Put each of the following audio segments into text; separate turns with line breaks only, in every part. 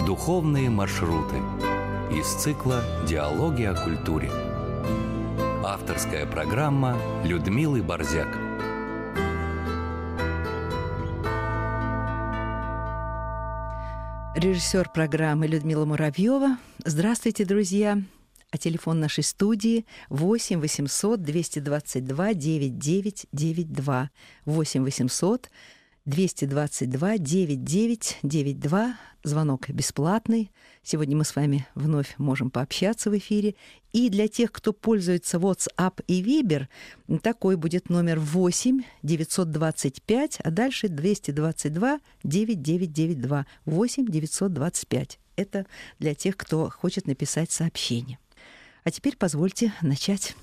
Духовные маршруты из цикла «Диалоги о культуре». Авторская программа Людмилы Борзяк.
Режиссер программы Людмила Муравьева. Здравствуйте, друзья! А телефон нашей студии 8 800 222 9992. 8 800 222 9992. Звонок бесплатный. Сегодня мы с вами вновь можем пообщаться в эфире. И для тех, кто пользуется WhatsApp и Viber, такой будет номер 8 925, а дальше 222 9992. 8 925. Это для тех, кто хочет написать сообщение. А теперь позвольте начать.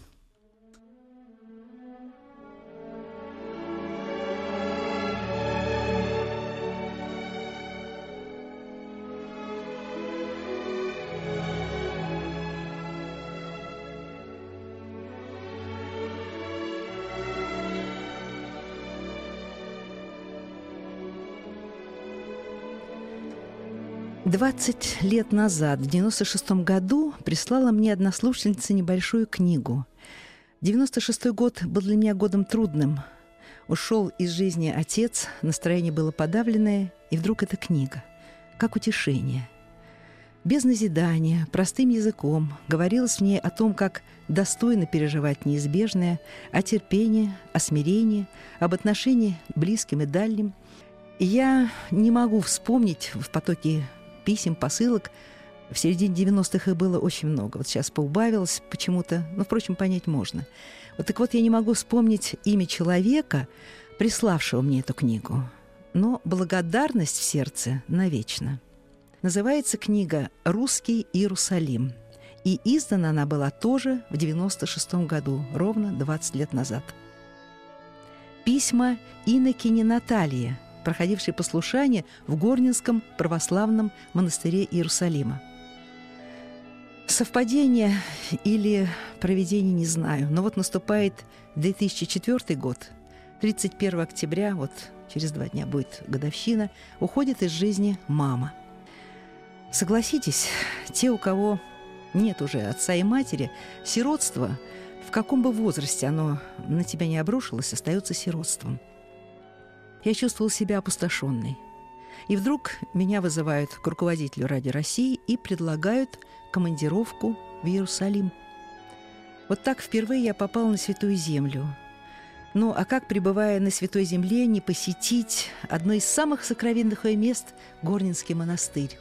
«20 лет назад, в 96-м году, прислала мне одна слушательница небольшую книгу. 96-й год был для меня годом трудным. Ушел из жизни отец, настроение было подавленное, и вдруг эта книга, как утешение. Без назидания, простым языком говорилось в ней о том, как достойно переживать неизбежное, о терпении, о смирении, об отношении к близким и дальним. И я не могу вспомнить в потоке писем, посылок. В середине 90-х их было очень много. Вот сейчас поубавилось почему-то, но, впрочем, понять можно. Так вот, я не могу вспомнить имя человека, приславшего мне эту книгу. Но благодарность в сердце навечно. Называется книга «Русский Иерусалим». И издана она была тоже в 96-м году, ровно 20 лет назад. Письма инокини Натальи, проходившей послушание в Горненском православном монастыре Иерусалима. Совпадение или провидение, не знаю, но вот наступает 2004 год, 31 октября, вот через 2 дня будет годовщина, уходит из жизни мама. Согласитесь, те, у кого нет уже отца и матери, сиротство, в каком бы возрасте оно на тебя не обрушилось, остается сиротством. Я чувствовала себя опустошенной. И вдруг меня вызывают к руководителю Радио России и предлагают командировку в Иерусалим. Вот так впервые я попала на Святую Землю. Ну, а как, пребывая на Святой Земле, не посетить одно из самых сокровенных ее мест – Горненский монастырь?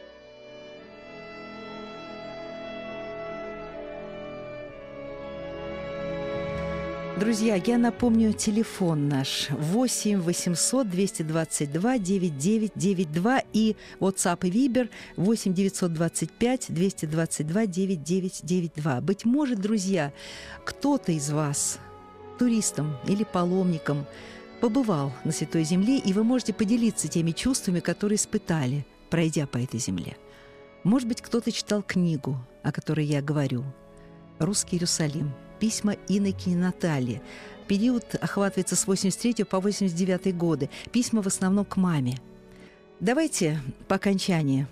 Друзья, я напомню телефон наш 8 800 222 9992 и WhatsApp и Viber 8 925 222 9992. Быть может, друзья, кто-то из вас, туристом или паломником, побывал на Святой Земле, и вы можете поделиться теми чувствами, которые испытали, пройдя по этой земле. Может быть, кто-то читал книгу, о которой я говорю, «Русский Иерусалим». Письма инокини Натальи. Период охватывается с 83 по 89 годы. Письма в основном к маме. Давайте по окончании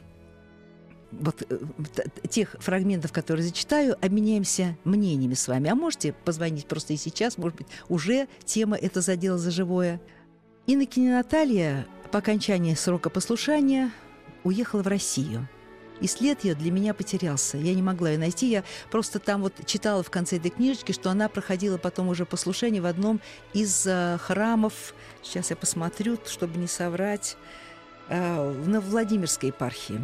тех фрагментов, которые зачитаю, обменяемся мнениями с вами. А можете позвонить просто и сейчас, может быть, уже тема эта задела за живое. Инокиня Наталья по окончании срока послушания уехала в Россию. И след ее для меня потерялся. Я не могла ее найти. Я просто там вот читала в конце этой книжечки, что она проходила потом уже послушание в одном из храмов. Сейчас я посмотрю, чтобы не соврать. На Владимирской епархии.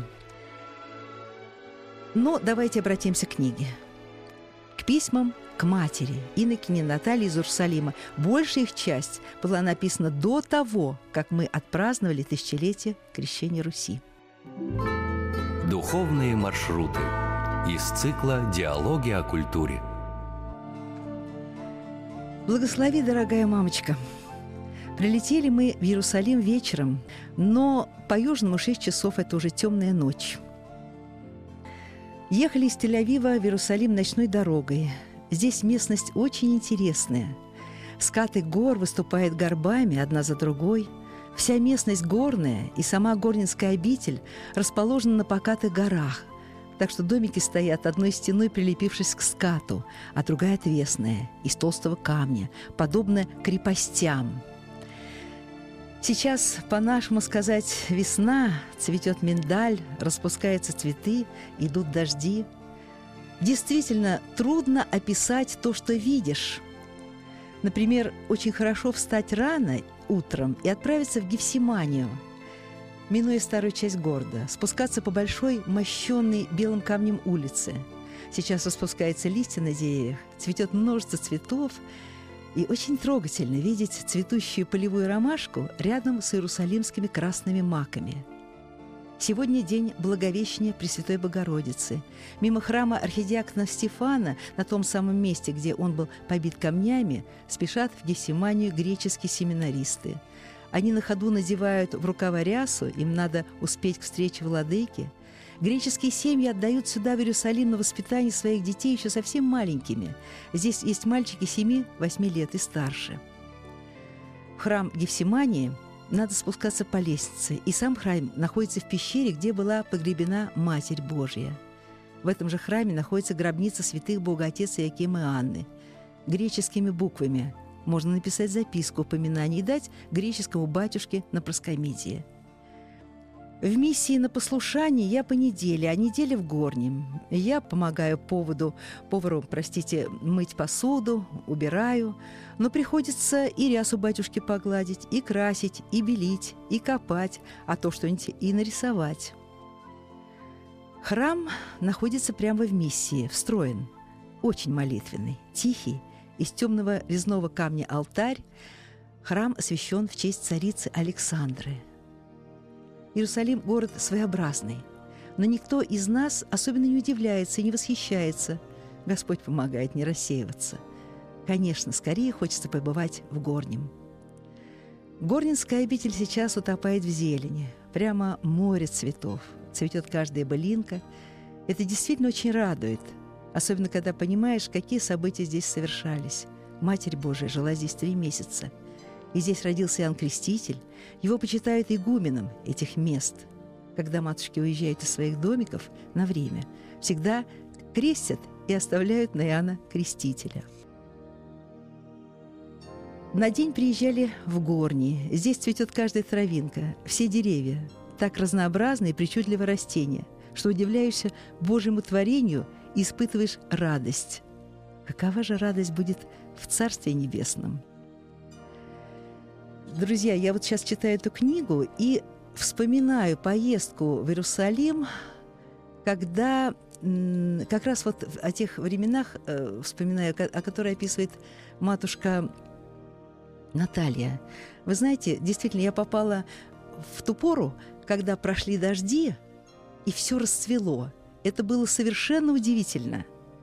Но давайте обратимся к книге. К письмам к матери инокини Натальи из Иерусалима. Большая их часть была написана до того, как мы отпраздновали тысячелетие крещения Руси.
Духовные маршруты из цикла «Диалоги о культуре».
Благослови, дорогая мамочка. Прилетели мы в Иерусалим вечером, но по-южному 6 часов – это уже темная ночь. Ехали из Тель-Авива в Иерусалим ночной дорогой. Здесь местность очень интересная. Скаты гор выступают горбами одна за другой. Вся местность горная, и сама Горненская обитель расположена на покатых горах, так что домики стоят одной стеной, прилепившись к скату, а другая отвесная, из толстого камня, подобно крепостям. Сейчас, по-нашему сказать, весна, цветет миндаль, распускаются цветы, идут дожди. Действительно, трудно описать то, что видишь. Например, очень хорошо встать рано утром и отправиться в Гефсиманию, минуя старую часть города, спускаться по большой, мощенной белым камнем улице. Сейчас распускаются листья на деревьях, цветет множество цветов, и очень трогательно видеть цветущую полевую ромашку рядом с иерусалимскими красными маками. Сегодня день Благовещения Пресвятой Богородицы. Мимо храма архидиакона Стефана, на том самом месте, где он был побит камнями, спешат в Гефсиманию греческие семинаристы. Они на ходу надевают в рукава рясу, им надо успеть к встрече владыки. Греческие семьи отдают сюда, в Иерусалим, на воспитание своих детей еще совсем маленькими. Здесь есть мальчики 7-8 лет и старше. В храм Гефсимании надо спускаться по лестнице, и сам храм находится в пещере, где была погребена Матерь Божья. В этом же храме находится гробница святых Богоотеца Иоакима и Анны. Греческими буквами можно написать записку упоминания и дать греческому батюшке на проскомидии. В миссии на послушании я по неделе, а неделя в Горнем. Я помогаю повару, мыть посуду, убираю, но приходится и рясу батюшки погладить, и красить, и белить, и копать, а то что-нибудь и нарисовать. Храм находится прямо в миссии, встроен, очень молитвенный, тихий, из темного резного камня алтарь. Храм освящен в честь царицы Александры. Иерусалим – город своеобразный, но никто из нас особенно не удивляется и не восхищается. Господь помогает не рассеиваться. Конечно, скорее хочется побывать в Горнем. Горненская обитель сейчас утопает в зелени. Прямо море цветов. Цветет каждая былинка. Это действительно очень радует. Особенно, когда понимаешь, какие события здесь совершались. Матерь Божия жила здесь 3 месяца. И здесь родился Иоанн Креститель. Его почитают игуменом этих мест. Когда матушки уезжают из своих домиков на время, всегда крестят и оставляют на Иоанна Крестителя. На день приезжали в Горни. Здесь цветет каждая травинка, все деревья. Так разнообразны и причудливы растения, что удивляешься Божьему творению и испытываешь радость. Какова же радость будет в Царстве Небесном? Друзья, я вот сейчас читаю эту книгу и вспоминаю поездку в Иерусалим, когда как раз вот о тех временах вспоминаю, о которой описывает матушка Наталья. Вы знаете, действительно, я попала в ту пору, когда прошли дожди, и все расцвело. Это было совершенно удивительно.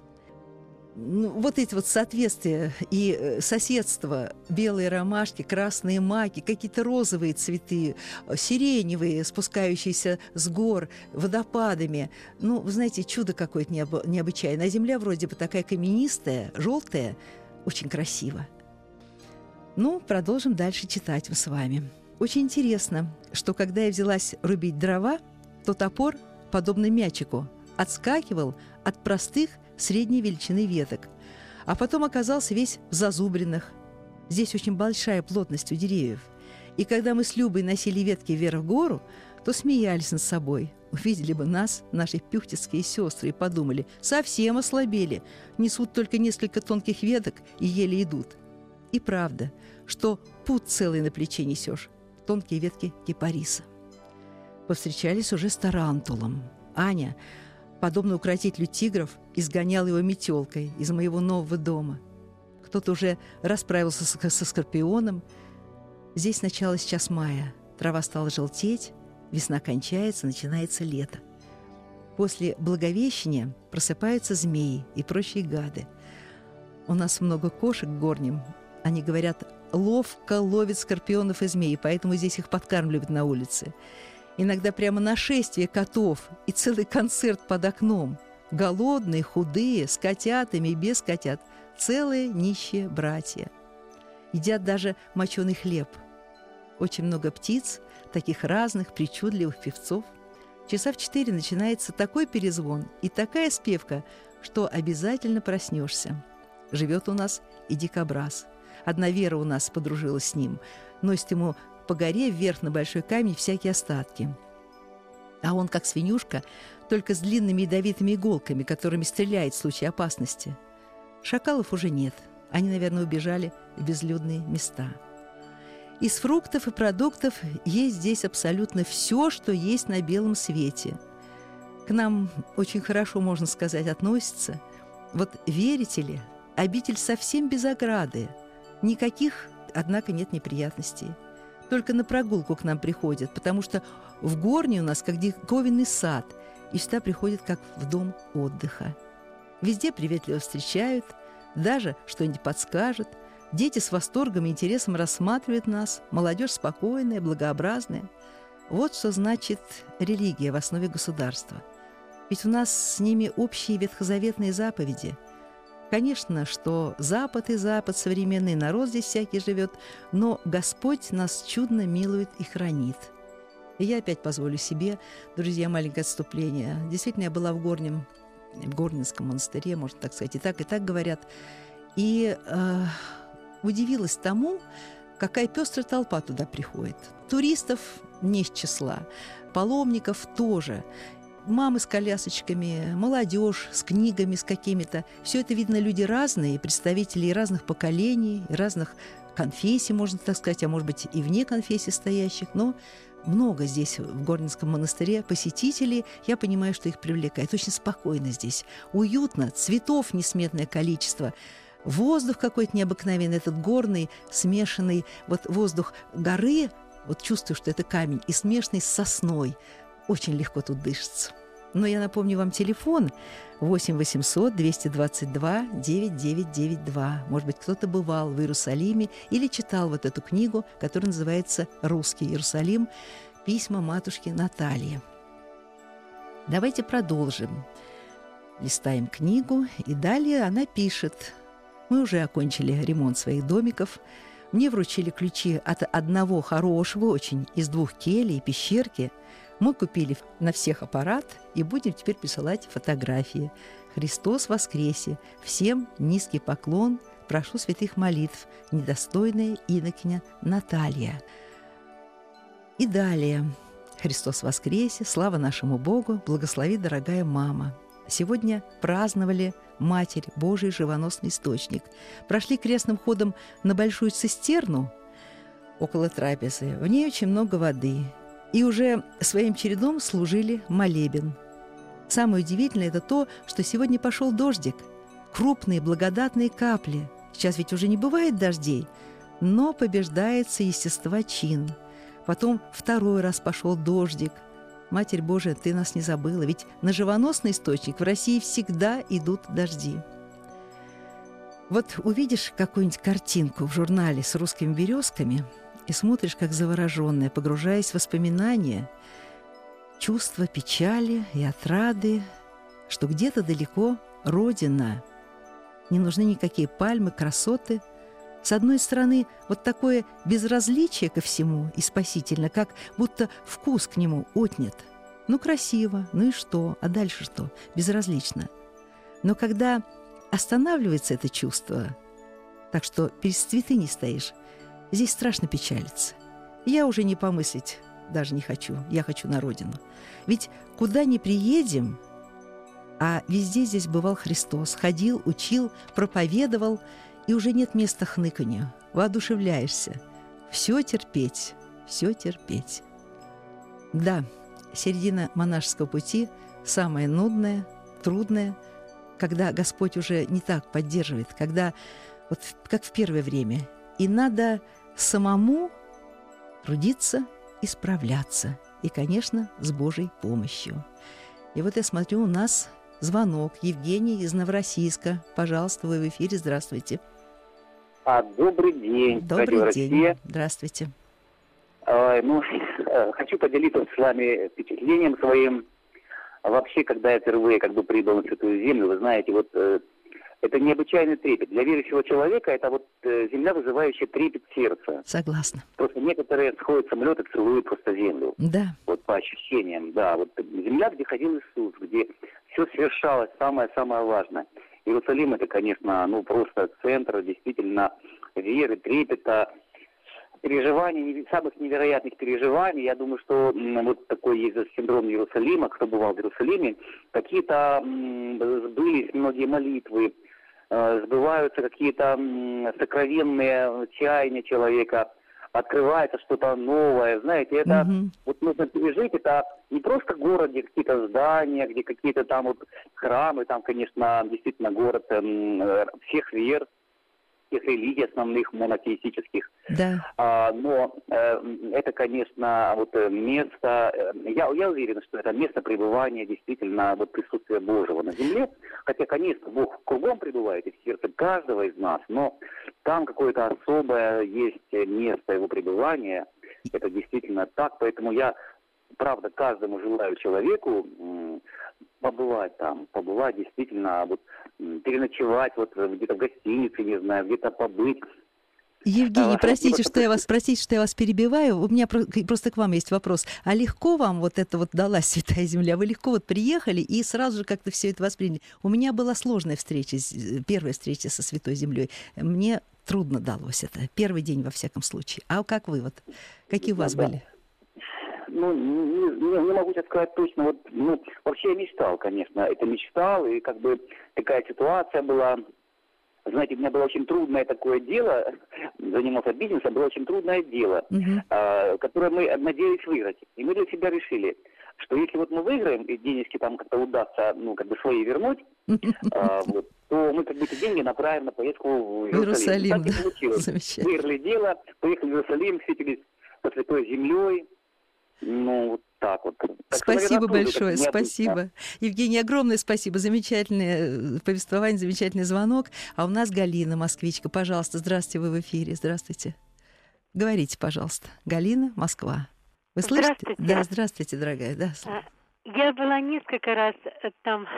Вот эти вот соответствия и соседство, белые ромашки, красные маки, какие-то розовые цветы, сиреневые, спускающиеся с гор водопадами. Вы знаете, чудо какое-то необычайное. А земля вроде бы такая каменистая, желтая, очень красиво. Продолжим дальше читать мы с вами. Очень интересно, что когда я взялась рубить дрова, то топор, подобно мячику, отскакивал от простых средней величины веток, а потом оказался весь в зазубринах. Здесь очень большая плотность у деревьев. И когда мы с Любой носили ветки вверх в гору, то смеялись над собой. Увидели бы нас, наши пюхтицкие сестры, и подумали, совсем ослабели, несут только несколько тонких веток и еле идут. И правда, что пуд целый на плече несешь, тонкие ветки кипариса. Повстречались уже с тарантулом. Аня, подобно укротителю тигров, изгонял его метелкой из моего нового дома. Кто-то уже расправился со скорпионом. Здесь началось час мая. Трава стала желтеть, весна кончается, начинается лето. После Благовещения просыпаются змеи и прочие гады. У нас много кошек в Горнем. Они говорят, ловко ловят скорпионов и змей, поэтому здесь их подкармливают на улице. Иногда прямо нашествие котов и целый концерт под окном. Голодные, худые, с котятами и без котят. Целые нищие братья. Едят даже моченый хлеб. Очень много птиц, таких разных, причудливых певцов. Часа в 4 начинается такой перезвон и такая спевка, что обязательно проснешься. Живет у нас и дикобраз. Одна Вера у нас подружилась с ним. Носит ему по горе вверх на большой камень всякие остатки. А он, как свинюшка, только с длинными ядовитыми иголками, которыми стреляет в случае опасности. Шакалов уже нет. Они, наверное, убежали в безлюдные места. Из фруктов и продуктов есть здесь абсолютно все, что есть на белом свете. К нам очень хорошо, можно сказать, относятся. Вот верите ли, обитель совсем без ограды. Никаких, однако, нет неприятностей. Только на прогулку к нам приходят, потому что в Горне у нас как диковинный сад, и сюда приходят как в дом отдыха. Везде приветливо встречают, даже что-нибудь подскажут. Дети с восторгом и интересом рассматривают нас, молодежь спокойная, благообразная. Вот что значит религия в основе государства. Ведь у нас с ними общие ветхозаветные заповеди. Конечно, что Запад и Запад, современный народ здесь всякий живет, но Господь нас чудно милует и хранит. И я опять позволю себе, друзья, маленькое отступление. Действительно, я была в Горненском монастыре, можно так сказать, и так говорят. И удивилась тому, какая пестрая толпа туда приходит. Туристов не с числа, паломников тоже. Мамы с колясочками, молодежь с книгами, с какими-то. Все это, видно, люди разные, представители разных поколений, разных конфессий, можно так сказать, а может быть и вне конфессий стоящих. Но много здесь, в Горненском монастыре, посетителей. Я понимаю, что их привлекает. Очень спокойно здесь, уютно, цветов несметное количество. Воздух какой-то необыкновенный, этот горный, смешанный, вот воздух горы, вот чувствую, что это камень, и смешанный с сосной. Очень легко тут дышится. Но я напомню вам телефон 8 800 222 9992. Может быть, кто-то бывал в Иерусалиме или читал вот эту книгу, которая называется «Русский Иерусалим. Письма матушки Натальи». Давайте продолжим. Листаем книгу, и далее она пишет. Мы уже окончили ремонт своих домиков. Мне вручили ключи от одного хорошего, очень, из 2 келей и пещерки. Мы купили на всех аппарат и будем теперь присылать фотографии. Христос воскресе! Всем низкий поклон, прошу святых молитв, недостойная инокиня Наталья. И далее. Христос воскресе! Слава нашему Богу! Благослови, дорогая мама! Сегодня праздновали Матерь Божий живоносный источник. Прошли крестным ходом на большую цистерну около трапезы. В ней очень много воды. И уже своим чередом служили молебен. Самое удивительное – это то, что сегодня пошел дождик. Крупные благодатные капли. Сейчас ведь уже не бывает дождей, но побеждается естества чин. Потом 2-й раз пошел дождик. Матерь Божия, ты нас не забыла, ведь на живоносный источник в России всегда идут дожди. Вот увидишь какую-нибудь картинку в журнале с русскими березками и смотришь, как завороженная, погружаясь в воспоминания, чувства печали и отрады, что где-то далеко Родина. Не нужны никакие пальмы, красоты. С одной стороны, вот такое безразличие ко всему и спасительно, как будто вкус к нему отнят. Ну, красиво, ну и что? А дальше что? Безразлично. Но когда останавливается это чувство, так что перед святыней стоишь, здесь страшно печалиться. Я уже не помыслить даже не хочу, я хочу на родину. Ведь куда ни приедем, а везде здесь бывал Христос, ходил, учил, проповедовал, и уже нет места хныканью, воодушевляешься. Все терпеть, все терпеть. Да, середина монашеского пути самая нудная, трудная, когда Господь уже не так поддерживает, когда, вот как в первое время, и надо самому трудиться и справляться, и, конечно, с Божьей помощью. И вот я смотрю, у нас звонок. Евгений из Новороссийска. Пожалуйста, вы в эфире. Здравствуйте.
Добрый день.
Добрый день. Здравствуйте.
Хочу поделиться с вами впечатлением своим. Вообще, когда я впервые прибыл на Святую Землю, вы знаете, это необычайный трепет. Для верующего человека это вот земля, вызывающая трепет сердца.
Согласна.
Просто некоторые сходят в самолет и целуют просто землю.
Да.
Вот по ощущениям, да. Вот земля, где ходил Иисус, где все совершалось, самое-самое важное. Иерусалим это, конечно, просто центр действительно веры, трепета, переживаний, самых невероятных переживаний. Я думаю, что вот такой есть синдром Иерусалима, кто бывал в Иерусалиме, какие-то сбылись многие молитвы, сбываются какие-то сокровенные чаяния человека, открывается что-то новое. Знаете, это вот нужно пережить, это не просто город, где какие-то здания, где какие-то там вот храмы, там, конечно, действительно город всех вер, всех религий основных монотеистических.
Да.
Но это, конечно, вот место, я уверен, что это место пребывания действительно вот присутствия Божьего на земле. Хотя, конечно, Бог кругом пребывает и в сердце каждого из нас, но там какое-то особое есть место его пребывания. Это действительно так. Поэтому я, правда, каждому желаю человеку побывать там, побывать действительно, вот переночевать вот где-то в гостинице, не знаю, где-то побыть.
Евгений, простите, что я вас перебиваю. У меня просто к вам есть вопрос. А легко вам вот это вот далась Святая Земля? Вы легко вот приехали и сразу же как-то все это восприняли? У меня была сложная встреча, первая встреча со Святой Землей. Мне трудно далось это. Первый день, во всяком случае. А как вы вот? Какие у вас были?
Не могу сейчас сказать точно. Вот, вообще я мечтал, конечно. Это мечтал, и как бы такая ситуация была. Знаете, у меня было очень трудное такое дело, занимался бизнесом, было очень трудное дело, которое мы надеялись выиграть. И мы для себя решили, что если вот мы выиграем, и денежки там как-то удастся, свои вернуть, вот, то мы как бы эти деньги направим на поездку в Иерусалим. Так и получилось. Выиграли дело, поехали в Иерусалим, встретились со Святой Землей. Вот так вот.
Спасибо большое, спасибо. Евгений, огромное спасибо. Замечательное повествование, замечательный звонок. А у нас Галина, москвичка. Пожалуйста, здравствуйте, вы в эфире. Здравствуйте. Говорите, пожалуйста. Галина, Москва. Вы слышите?
Здравствуйте.
Да, здравствуйте, дорогая. Да.
Я была несколько раз там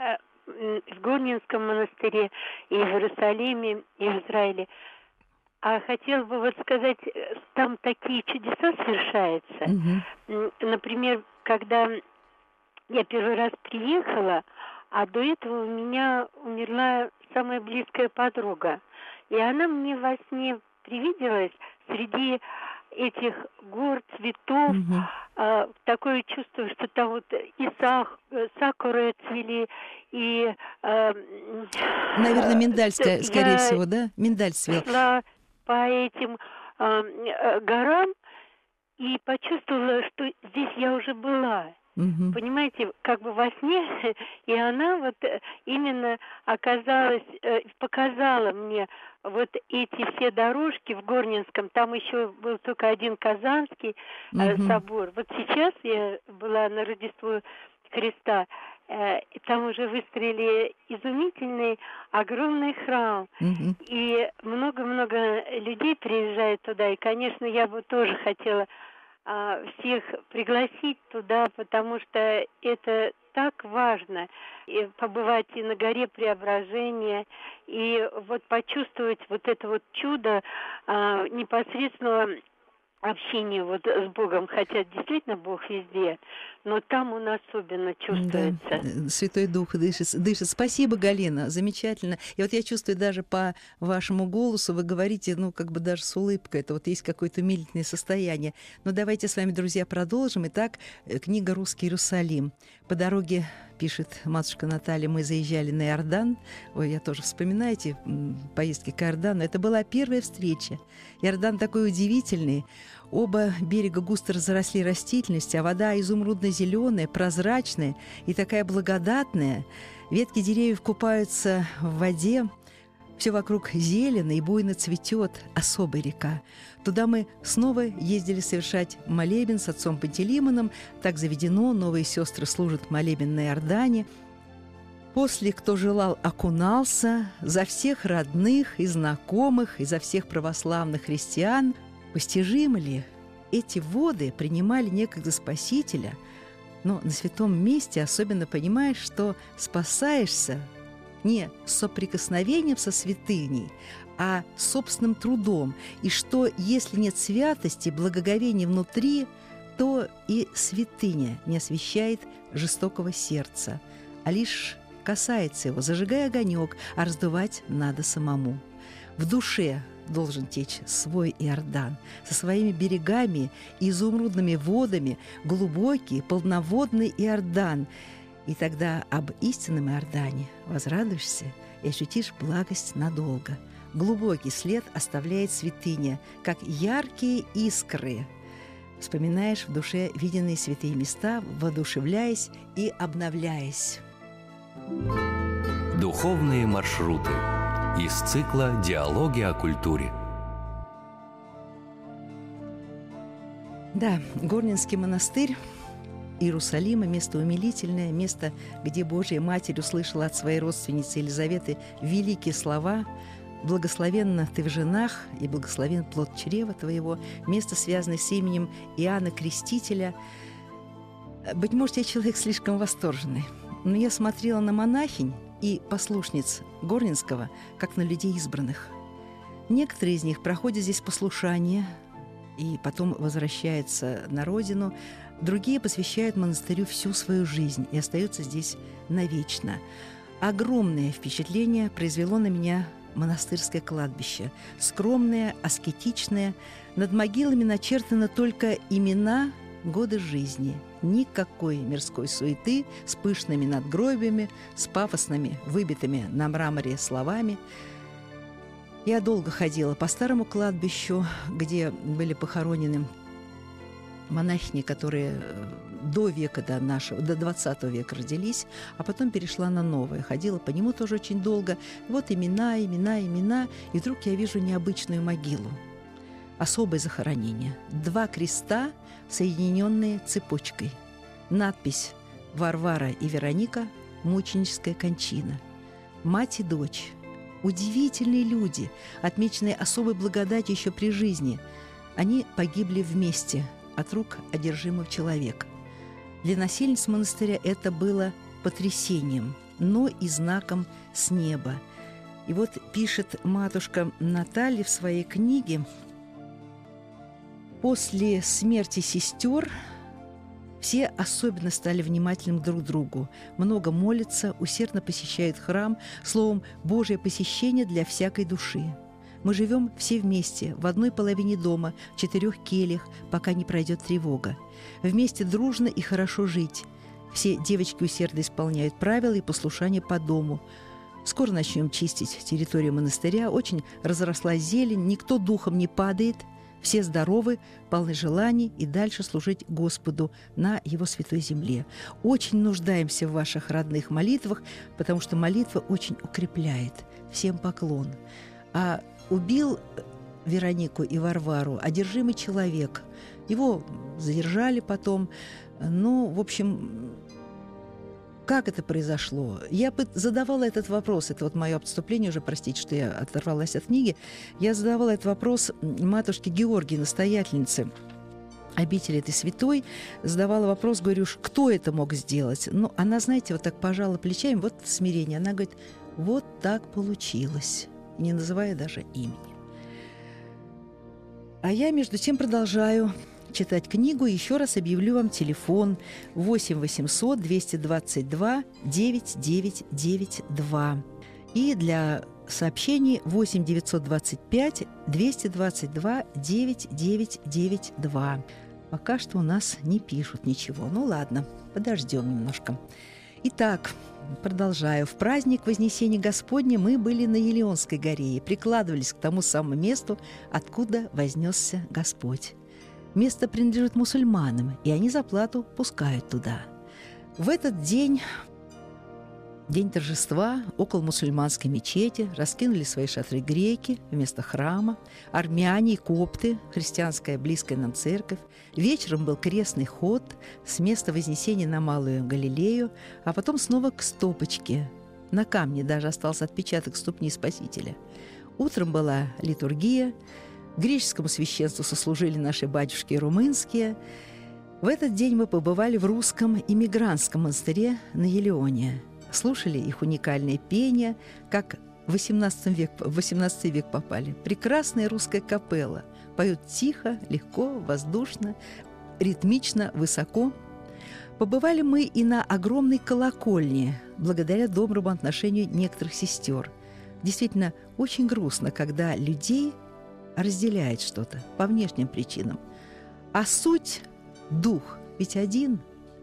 в Горненском монастыре, и в Иерусалиме, и в Израиле. А хотела бы вот сказать, там такие чудеса совершаются. Например, когда я первый раз приехала, а до этого у меня умерла самая близкая подруга. И она мне во сне привиделась среди этих гор, цветов. Такое чувство, что там вот и сакуры цвели, и...
Наверное, миндаль, скорее всего, да? Миндаль цвел.
По этим горам и почувствовала, что здесь я уже была. Понимаете, как бы во сне, и она вот именно оказалась, показала мне вот эти все дорожки в Горненском. Там еще был только один Казанский собор. Вот сейчас я была на Рождество Христа. Там уже выстроили изумительный, огромный храм. И много-много людей приезжает туда. И, конечно, я бы тоже хотела всех пригласить туда, потому что это так важно. И побывать и на горе Преображения, и вот почувствовать вот это вот чудо непосредственного общение вот с Богом, хотя действительно Бог везде, но там он особенно чувствуется.
Да, Святой Дух дышит. Спасибо, Галина, замечательно. И вот я чувствую даже по вашему голосу, вы говорите, как бы даже с улыбкой, это вот есть какое-то умилительное состояние. Но давайте с вами, друзья, продолжим. Итак, книга «Русский Иерусалим». По дороге, пишет матушка Наталья, мы заезжали на Иордан. Ой, я тоже вспоминаю эти поездки к Иордану. Это была первая встреча. Иордан такой удивительный. Оба берега густо заросли растительностью, а вода изумрудно-зеленая, прозрачная и такая благодатная. Ветки деревьев купаются в воде. Все вокруг зелено и буйно цветет, особая река. Туда мы снова ездили совершать молебен с отцом Пантелеймоном. Так заведено, новые сестры служат молебен на Иордане. После, кто желал, окунался, за всех родных и знакомых, и за всех православных христиан. Постижимо ли эти воды принимали некогда Спасителя, но на святом месте особенно понимаешь, что спасаешься не соприкосновением со святыней, а собственным трудом, и что если нет святости, благоговения внутри, то и святыня не освещает жестокого сердца, а лишь касается его, зажигая огонек, а раздувать надо самому. В душе должен течь свой Иордан со своими берегами и изумрудными водами, глубокий, полноводный Иордан. И тогда об истинном Иордане возрадуешься и ощутишь благость надолго. Глубокий след оставляет святыня, как яркие искры. Вспоминаешь в душе виденные святые места, воодушевляясь и обновляясь.
Духовные маршруты из цикла «Диалоги о культуре».
Да, Горненский монастырь Иерусалима, место умилительное, место, где Божья Матерь услышала от своей родственницы Елизаветы великие слова: «Благословенна ты в женах, и благословен плод чрева твоего», место, связанное с именем Иоанна Крестителя. Быть может, я человек слишком восторженный, но я смотрела на монахинь и послушниц Горненского, как на людей избранных. Некоторые из них проходят здесь послушание и потом возвращаются на родину, другие посвящают монастырю всю свою жизнь и остаются здесь навечно. Огромное впечатление произвело на меня монастырское кладбище. Скромное, аскетичное. Над могилами начертаны только имена, годы жизни. Никакой мирской суеты с пышными надгробиями, с пафосными, выбитыми на мраморе словами. Я долго ходила по старому кладбищу, где были похоронены монахини, которые до века до нашего, до 20 века родились, а потом перешла на новое. Ходила по нему тоже очень долго. Вот имена, и вдруг я вижу необычную могилу. Особое захоронение. 2 креста, соединенные цепочкой. Надпись «Варвара и Вероника. Мученическая кончина». Мать и дочь. Удивительные люди, отмеченные особой благодатью еще при жизни. Они погибли вместе от рук одержимого человека. Для насельниц монастыря это было потрясением, но и знаком с неба. И вот пишет матушка Наталья в своей книге: после смерти сестер все особенно стали внимательным друг к другу, много молятся, усердно посещают храм, словом, Божие посещение для всякой души. Мы живем все вместе, в одной половине дома, в 4 кельях, пока не пройдет тревога. Вместе дружно и хорошо жить. Все девочки усердно исполняют правила и послушания по дому. Скоро начнем чистить территорию монастыря, очень разрослась зелень, никто духом не падает. Все здоровы, полны желаний и дальше служить Господу на Его святой земле. Очень нуждаемся в ваших родных молитвах, потому что молитва очень укрепляет. Всем поклон. А убил Веронику и Варвару одержимый человек. Его задержали потом. Ну, в общем, как это произошло? Я задавала этот вопрос, это вот мое отступление уже, простите, что я оторвалась от книги. Я задавала этот вопрос матушке Георгии, настоятельнице обители этой святой, задавала вопрос, говорю, кто это мог сделать? Ну, она, знаете, вот так пожала плечами, вот смирение. Она говорит, вот так получилось, не называя даже имени. А я, между тем, продолжаю читать книгу. Еще раз объявлю вам телефон 8 800 222 9992. И для сообщений 8 925 222 9992. Пока что у нас не пишут ничего. Ну ладно, подождем немножко. Итак, продолжаю. В праздник Вознесения Господня мы были на Елеонской горе и прикладывались к тому самому месту, откуда вознесся Господь. Место принадлежит мусульманам, и они за плату пускают туда. В этот день, день торжества, около мусульманской мечети раскинули свои шатры греки вместо храма, армяне и копты, христианская близкая нам церковь. Вечером был крестный ход с места Вознесения на Малую Галилею, а потом снова к стопочке. На камне даже остался отпечаток ступни Спасителя. Утром была литургия. Греческому священству сослужили наши батюшки румынские. В этот день мы побывали в русском иммигрантском монастыре на Елеоне. слушали их уникальное пение, как в XVIII век попали. Прекрасная русская капелла. Поют тихо, легко, воздушно, ритмично, высоко. Побывали мы и на огромной колокольне, благодаря доброму отношению некоторых сестер. Действительно, очень грустно, когда людей разделяет что-то по внешним причинам. А суть – дух, ведь один.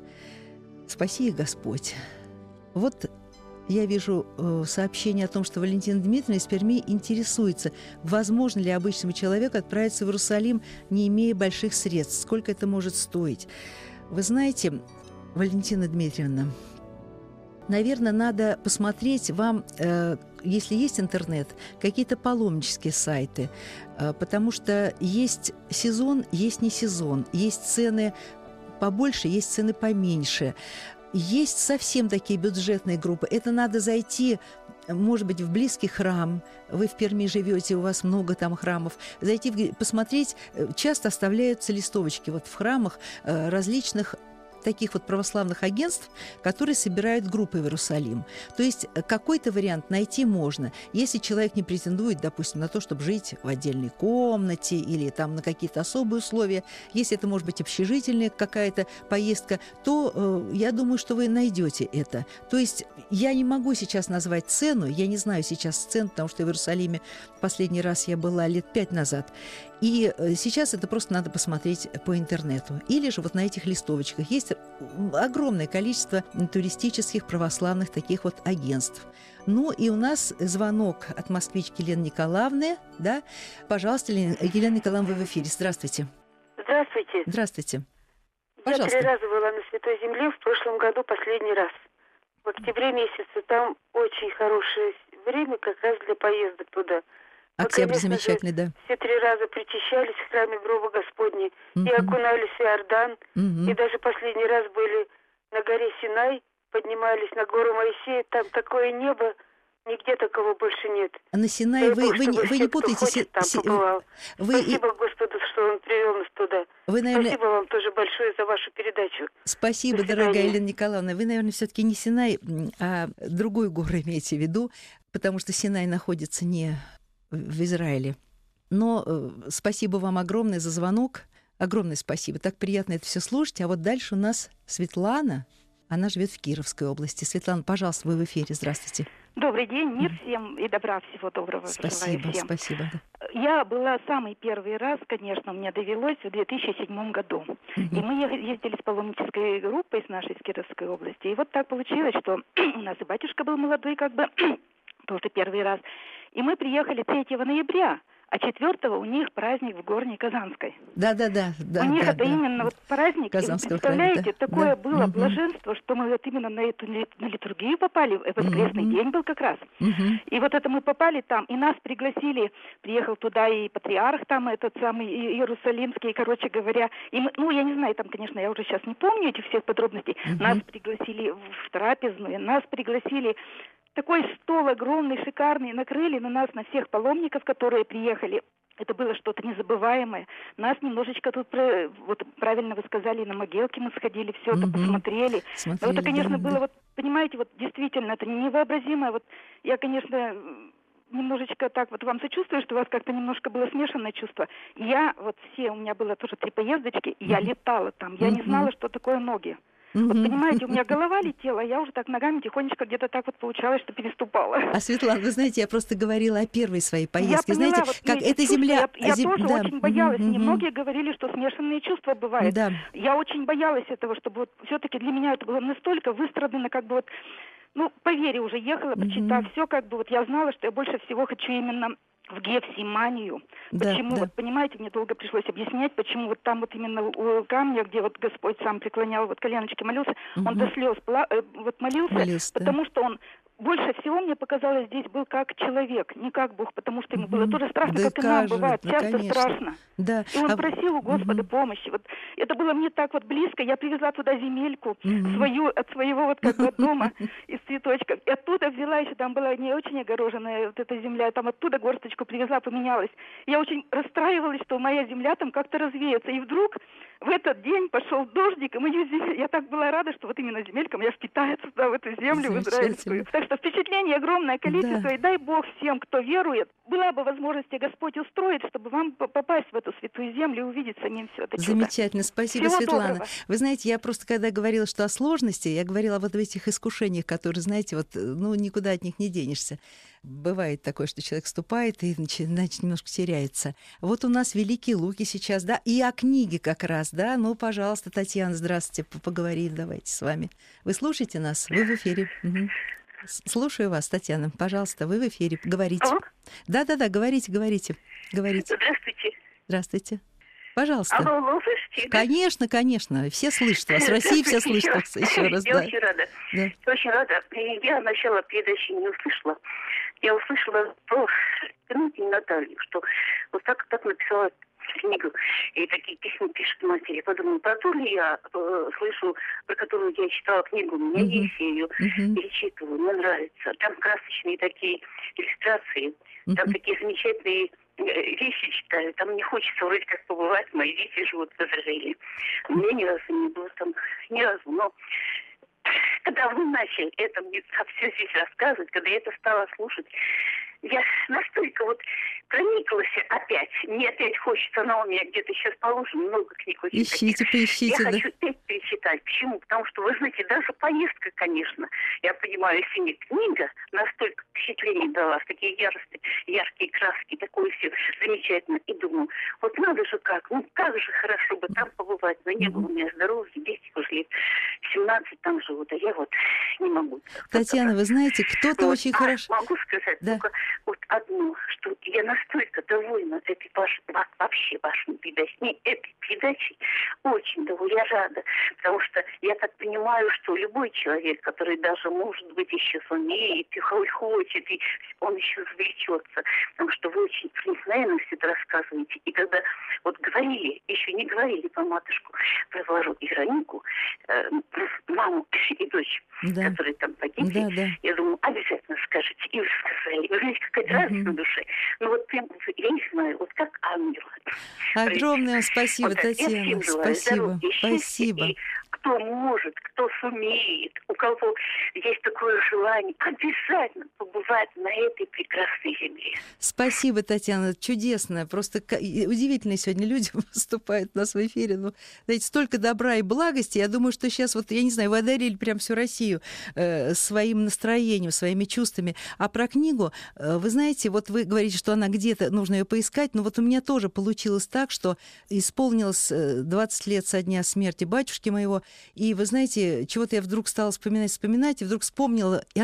Спаси их Господь. Вот я вижу сообщение о том, что Валентина Дмитриевна из Перми интересуется, возможно ли обычному человеку отправиться в Иерусалим, не имея больших средств, сколько это может стоить. Вы знаете, Валентина Дмитриевна, наверное, надо посмотреть вам, если есть интернет, какие-то паломнические сайты, потому что есть сезон, есть не сезон, есть цены побольше, есть цены поменьше. Есть совсем такие бюджетные группы. Это надо зайти, может быть, в близкий храм. Вы в Перми живете, у вас много там храмов. Зайти, посмотреть. Часто оставляются листовочки вот в храмах различных таких вот православных агентств, которые собирают группы в Иерусалим. То есть какой-то вариант найти можно. Если человек не претендует, допустим, на то, чтобы жить в отдельной комнате или там на какие-то особые условия, если это может быть общежительная какая-то поездка, то я думаю, что вы найдете это. То есть я не могу сейчас назвать цену, я не знаю сейчас цен, потому что в Иерусалиме последний раз я была лет 5 назад. И сейчас это просто надо посмотреть по интернету. Или же вот на этих листовочках есть огромное количество туристических православных таких вот агентств. Ну и у нас звонок от москвички Елены Николаевны. Да? Пожалуйста, Елена Николаевна, вы в эфире. Здравствуйте.
Здравствуйте.
Здравствуйте.
Пожалуйста. Я 3 раза была на Святой Земле, в прошлом году последний раз. В октябре месяце там очень хорошее время как раз для поездок туда.
Октябрь замечательный, да.
Все 3 раза причащались в храме Гроба Господней и окунались в Иордан. И даже последний раз были на горе Синай, поднимались на гору Моисея. Там такое небо, нигде такого больше нет.
А на Синай вы не путаете...
Спасибо Господу, что Он привел нас туда.
Вы, наверное...
Спасибо вам тоже большое за вашу передачу.
Спасибо, дорогая Елена Николаевна. Вы, наверное, все-таки не Синай, а другую гору имеете в виду, потому что Синай находится не в Израиле. Но спасибо вам огромное за звонок. Огромное спасибо. Так приятно это все слушать. А вот дальше у нас Светлана. Она живет в Кировской области. Светлана, пожалуйста, вы в эфире. Здравствуйте.
Добрый день, мир всем и добра, всего доброго.
Спасибо,
всем.
Спасибо.
Я была самый первый раз, конечно, мне довелось в 2007 году. И мы ездили с паломнической группой с нашей Кировской области. И вот так получилось, что у нас и батюшка был молодой, как бы, тоже первый раз. И мы приехали 3 ноября, а 4-го у них праздник в Горней Казанской.
Да.
У них это именно вот праздник,
Казанского
представляете,
храма,
такое было блаженство, что мы вот именно на эту на литургию попали, воскресный день был как раз. И вот это мы попали там, и нас пригласили, приехал туда и патриарх там, этот самый Иерусалимский, короче говоря. И мы, ну, я не знаю, там, конечно, я уже сейчас не помню этих всех подробностей. Нас пригласили в трапезную, нас пригласили... Такой стол огромный, шикарный, накрыли на нас, на всех паломников, которые приехали. Это было что-то незабываемое. Нас немножечко тут, вот правильно вы сказали, на могилки мы сходили, все это посмотрели. Но это, конечно, было, вот, понимаете, вот действительно, это невообразимое. Вот я, конечно, немножечко так вот вам сочувствую, что у вас как-то немножко было смешанное чувство. Я, вот все, у меня было тоже 3 поездочки, и я летала там. Я не знала, что такое ноги. Вот понимаете, у меня голова летела, а я уже так ногами тихонечко где-то так вот получалось, что переступала.
А, Светлана, вы знаете, я просто говорила о первой своей поездке.
Я поняла,
знаете,
вот
как эта земля...
Я тоже очень боялась. Мне многие говорили, что смешанные чувства бывают.
Да.
Я очень боялась этого, чтобы вот все-таки для меня это было настолько выстрадано, как бы вот, ну, по вере уже ехала, прочитав все, как бы вот я знала, что я больше всего хочу именно в Гефсиманию. Почему, вот понимаете, мне долго пришлось объяснять, почему вот там вот именно у камня, где вот Господь сам преклонял вот коленочки, молился, он до слез вот молился, потому что он больше всего, мне показалось, здесь был как человек, не как Бог, потому что ему было тоже страшно, как и нам бывает, часто конечно. Страшно.
Да.
И он просил у Господа помощи. Вот это было мне так вот близко. Я привезла туда земельку свою от своего вот как бы дома из цветочков. И оттуда взяла еще, там была не очень огороженная вот эта земля, там оттуда горсточку привезла, поменялась. Я очень расстраивалась, что моя земля там как-то развеется. И вдруг в этот день пошел дождик, и мы ездили. Я так была рада, что вот именно земелька моя впитается туда, в эту землю, в израильскую. Так что впечатлений огромное количество, и дай Бог всем, кто верует, была бы возможность, и Господь устроит, чтобы вам попасть в эту святую землю и увидеть самим все это чудо.
Замечательно, спасибо,
Всего
Светлана.
доброго.
Вы знаете, я просто когда говорила, что о сложности, я говорила вот об этих искушениях, которые, знаете, вот, ну, никуда от них не денешься. Бывает такое, что человек вступает и начинает немножко теряется. Вот у нас Великие Луки сейчас, да, и о книге как раз, да. Ну, пожалуйста, Татьяна, здравствуйте, поговорим давайте с вами. Вы слушаете нас? Вы в эфире. Угу. Слушаю вас, Татьяна. Пожалуйста, вы в эфире. Говорите. Да-да-да, говорите.
Здравствуйте.
Здравствуйте. Пожалуйста.
Алло, вы слышите?
Конечно. Все слышат вас. В России все слышат вас. Еще раз,
Я очень рада.
Да.
Очень рада. Я начало передачи не услышала. Я услышала про Наталью, что вот так написала книгу, и такие письма пишет матери. Я подумала, про ту ли я слышу, про которую я читала книгу. У меня есть, я ее перечитываю, мне нравится. Там красочные такие иллюстрации, там такие замечательные вещи читаю. Там не хочется вроде как побывать. Мои дети живут в Израиле. Мне ни разу не было там, ни разу. Но когда вы начали это мне все здесь рассказывать, когда я это стала слушать, я настолько вот прониклась опять. Мне опять хочется, она у меня где-то сейчас положена, много книг очень
поищите,
я
да.
хочу опять перечитать. Почему? Потому что, вы знаете, даже поездка, конечно, я понимаю, если не книга, настолько впечатлений дала, такие яркие краски, такое все замечательно. И думаю, вот надо же как же хорошо бы там побывать. Но не было у меня здоровья, дети уже лет 17 там живут, а я вот не могу.
Татьяна, вы знаете, кто-то очень хорошо...
Могу сказать только вот одно, что я настолько довольна этой вообще вашей передачей, этой передачей, очень довольна, я рада, потому что я так понимаю, что любой человек, который даже, может быть, еще сумеет и хочет, и он еще завлечется, потому что вы очень проникновенно все это рассказываете. И когда вот говорили, еще не говорили про матушку, про Вару и Веронику, маму и дочь, которые там погибли, я думаю, обязательно скажете. И вы сказали, вы знаете, какая-то радость на душе. Ну вот прям, я не знаю, вот как ангел.
Огромное вам спасибо, вот, Татьяна. Спасибо. Спасибо.
И кто может, кто сумеет, у кого есть такое желание, обязательно побывать на этой прекрасной земле.
Спасибо, Татьяна. Чудесно. Просто удивительные сегодня люди выступают у нас в эфире. Ну, знаете, столько добра и благости. Я думаю, что сейчас, вот, я не знаю, вы одарили прям всю Россию своим настроением, своими чувствами. А про книгу, вы знаете, вот вы говорите, что она где-то, нужно ее поискать, но вот у меня тоже получилось так, что исполнилось 20 лет со дня смерти батюшки моего, и вы знаете, чего-то я вдруг стала вспоминать, и вдруг вспомнила, и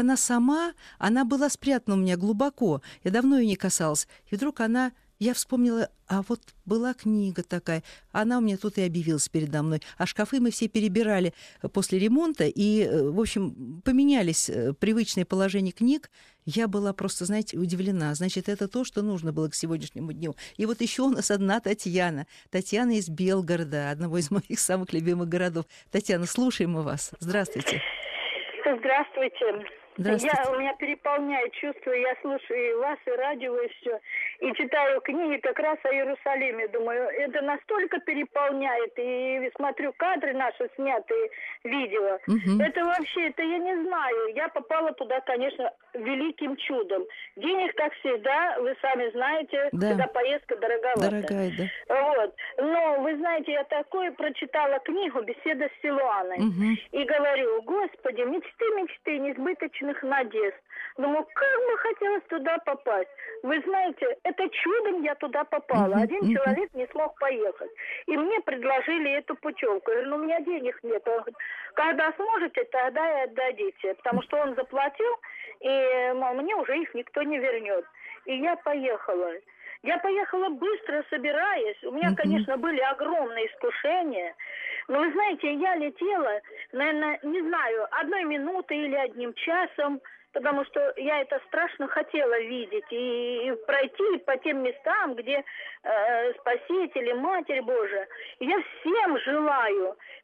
она была спрятана у меня глубоко, я давно ее не касалась, и вдруг я вспомнила, а вот была книга такая, она у меня тут и объявилась передо мной. А шкафы мы все перебирали после ремонта, и, в общем, поменялись привычные положения книг. Я была просто, знаете, удивлена. Значит, это то, что нужно было к сегодняшнему дню. И вот еще у нас одна Татьяна. Татьяна из Белгорода, одного из моих самых любимых городов. Татьяна, слушаем мы вас. Здравствуйте.
Здравствуйте.
Здравствуйте.
У меня переполняет чувство, я слушаю и вас, и радио, и все. И читаю книги как раз о Иерусалиме. Думаю, это настолько переполняет. И смотрю кадры наши снятые, видео. Это вообще, это я не знаю. Я попала туда, конечно, великим чудом. Денег, как всегда, вы сами знаете, всегда поездка дороговата.
Дорогая, да.
Вот. Но, вы знаете, я такое прочитала книгу «Беседа с Силуаной». И говорю, Господи, мечты, несбыточных надежд. Думаю, как бы хотелось туда попасть. Вы знаете, это чудом я туда попала. Один человек не смог поехать. И мне предложили эту путевку. Я говорю, у меня денег нет. Он говорит, когда сможете, тогда и отдадите. Потому что он заплатил, и мне уже их никто не вернет. И я поехала. Я поехала быстро, собираясь. У меня, конечно, были огромные искушения. Но, вы знаете, я летела, наверное, не знаю, 1 минутой или 1 часом, потому что я это страшно хотела видеть и пройти по тем местам, где Спаситель и Матерь Божия. И я всем желаю,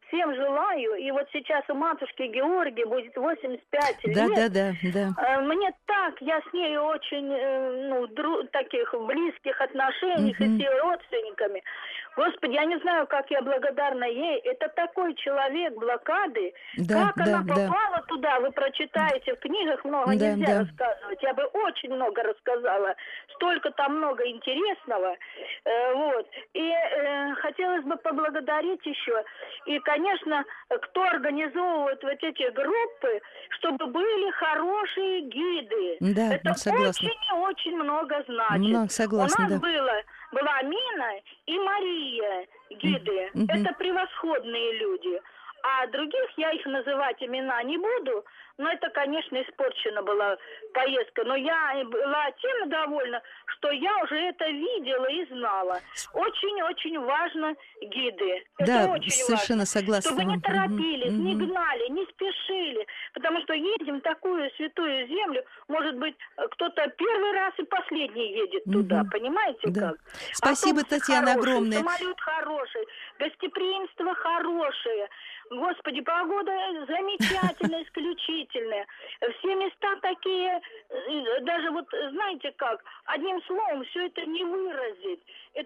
всем желаю, и вот сейчас у матушки Георгии будет 85 лет.
Да.
Мне так, я с ней очень, таких близких отношениях и с ее родственниками. Господи, я не знаю, как я благодарна ей. Это такой человек блокады. Как она попала туда, вы прочитаете в книгах, много нельзя рассказывать. Я бы очень много рассказала. Столько там много интересного. И хотелось бы поблагодарить еще. И, конечно, кто организовывает вот эти группы, чтобы были хорошие гиды.
Да,
это
согласна.
очень и очень много значит.
Согласна,
у нас была Мина и Мария гиды. Это превосходные люди. А других я их называть имена не буду. Но это, конечно, испорчена была поездка. Но я была тем довольна, что я уже это видела и знала. Очень-очень важно гиды.
Да,
это очень
совершенно
важно.
согласна.
Чтобы не торопились, не гнали, не спешили. Потому что едем в такую святую землю, может быть, кто-то первый раз и последний едет туда. Понимаете как?
Спасибо, Татьяна, огромное.
Самолет хороший, гостеприимство хорошее. Господи, погода замечательная, исключительная. Все места такие, даже вот, знаете как, одним словом все это не выразить.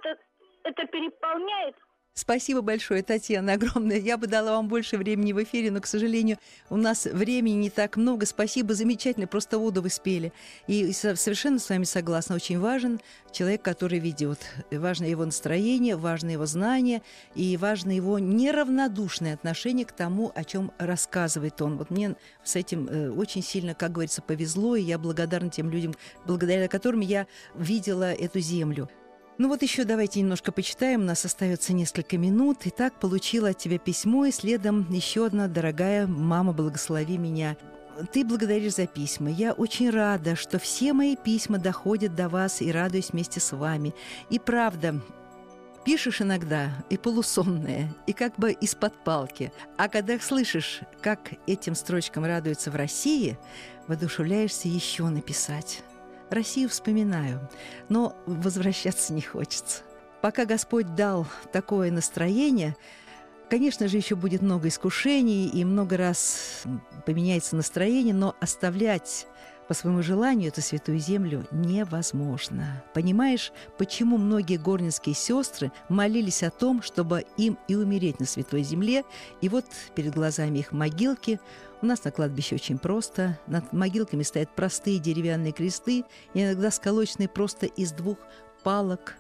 Это переполняет.
Спасибо большое, Татьяна, огромное. Я бы дала вам больше времени в эфире, но, к сожалению, у нас времени не так много. Спасибо, замечательно, просто воду вы спели. И совершенно с вами согласна. Очень важен человек, который ведет. Важно его настроение, важно его знание и важно его неравнодушное отношение к тому, о чем рассказывает он. Вот мне с этим очень сильно, как говорится, повезло, и я благодарна тем людям, благодаря которым я видела эту землю. Ну вот еще давайте немножко почитаем, у нас остается несколько минут. Итак, получила от тебя письмо, и следом еще одна: дорогая мама, благослови меня. Ты благодаришь за письма. Я очень рада, что все мои письма доходят до вас, и радуюсь вместе с вами. И правда, пишешь иногда и полусонное, и как бы из-под палки. А когда слышишь, как этим строчкам радуются в России, воодушевляешься еще написать. Россию вспоминаю, но возвращаться не хочется. Пока Господь дал такое настроение, конечно же, еще будет много искушений, и много раз поменяется настроение, но оставлять по своему желанию эту святую землю невозможно. Понимаешь, почему многие горнинские сестры молились о том, чтобы им и умереть на святой земле, и вот перед глазами их могилки. У нас на кладбище очень просто. Над могилками стоят простые деревянные кресты, иногда сколоченные просто из 2 палок.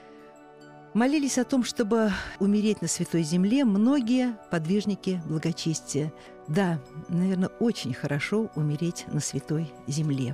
Молились о том, чтобы умереть на святой земле многие подвижники благочестия. Да, наверное, очень хорошо умереть на святой земле.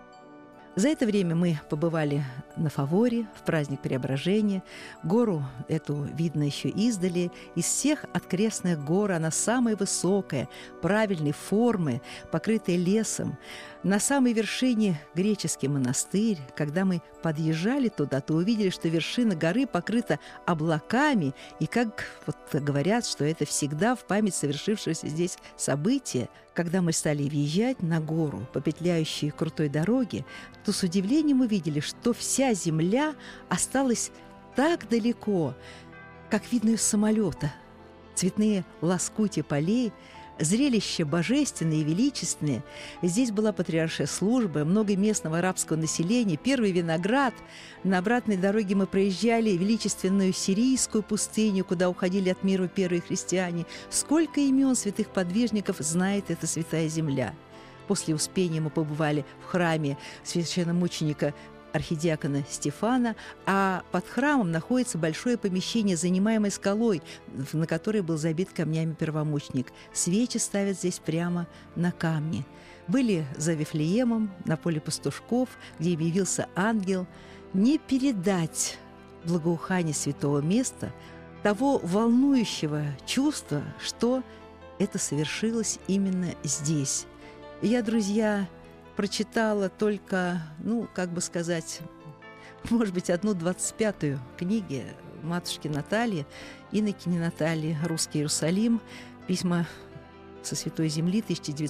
За это время мы побывали на Фаворе, в праздник Преображения. Гору эту видно еще издали. Из всех окрестных гор она самая высокая, правильной формы, покрытая лесом. На самой вершине греческий монастырь. Когда мы подъезжали туда, то увидели, что вершина горы покрыта облаками. И как вот говорят, что это всегда в память совершившегося здесь события. Когда мы стали въезжать на гору по петляющей крутой дороге, то с удивлением увидели, что вся земля осталась так далеко, как видно из самолета. Цветные лоскути полей, зрелище божественное и величественное. Здесь была патриаршая служба, много местного арабского населения, первый виноград. На обратной дороге мы проезжали величественную сирийскую пустыню, куда уходили от мира первые христиане. Сколько имен святых подвижников знает эта святая земля. После Успения мы побывали в храме священномученика архидиакона Стефана, а под храмом находится большое помещение, занимаемое скалой, на которой был забит камнями первомученик. Свечи ставят здесь прямо на камне. Были за Вифлеемом, на поле пастушков, где явился ангел. Не передать благоухание святого места, того волнующего чувства, что это совершилось именно здесь. Я, друзья, прочитала только, как бы сказать, может быть, 1/25 книги матушки Натальи, инокини Натальи, «Русский Иерусалим», письма со Святой Земли,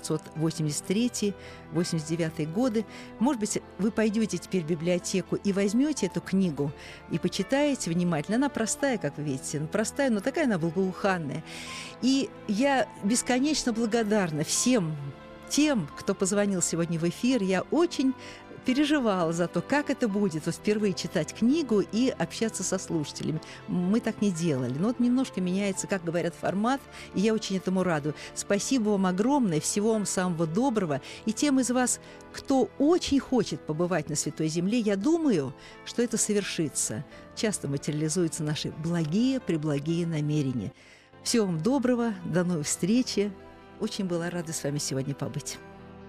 1983-89 годы. Может быть, вы пойдете теперь в библиотеку и возьмете эту книгу и почитаете внимательно. Она простая, как вы видите, простая, но такая она благоуханная. И я бесконечно благодарна всем тем, кто позвонил сегодня в эфир. Я очень переживала за то, как это будет вот впервые читать книгу и общаться со слушателями. Мы так не делали. Но вот немножко меняется, как говорят, формат, и я очень этому рада. Спасибо вам огромное, всего вам самого доброго. И тем из вас, кто очень хочет побывать на Святой Земле, я думаю, что это совершится. Часто материализуются наши благие-преблагие намерения. Всего вам доброго, до новой встречи. Очень была рада с вами сегодня побыть.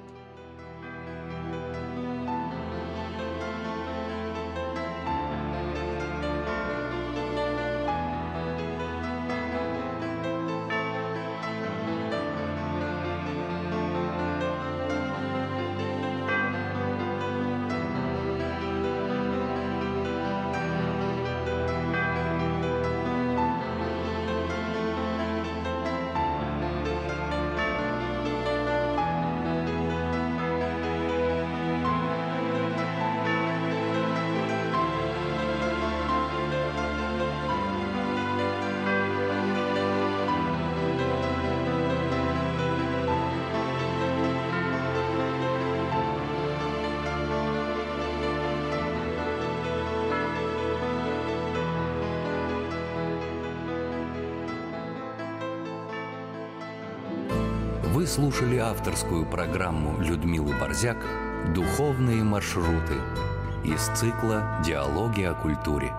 Вы слушали авторскую программу Людмилы Борзяк «Духовные маршруты» из цикла «Диалоги о культуре».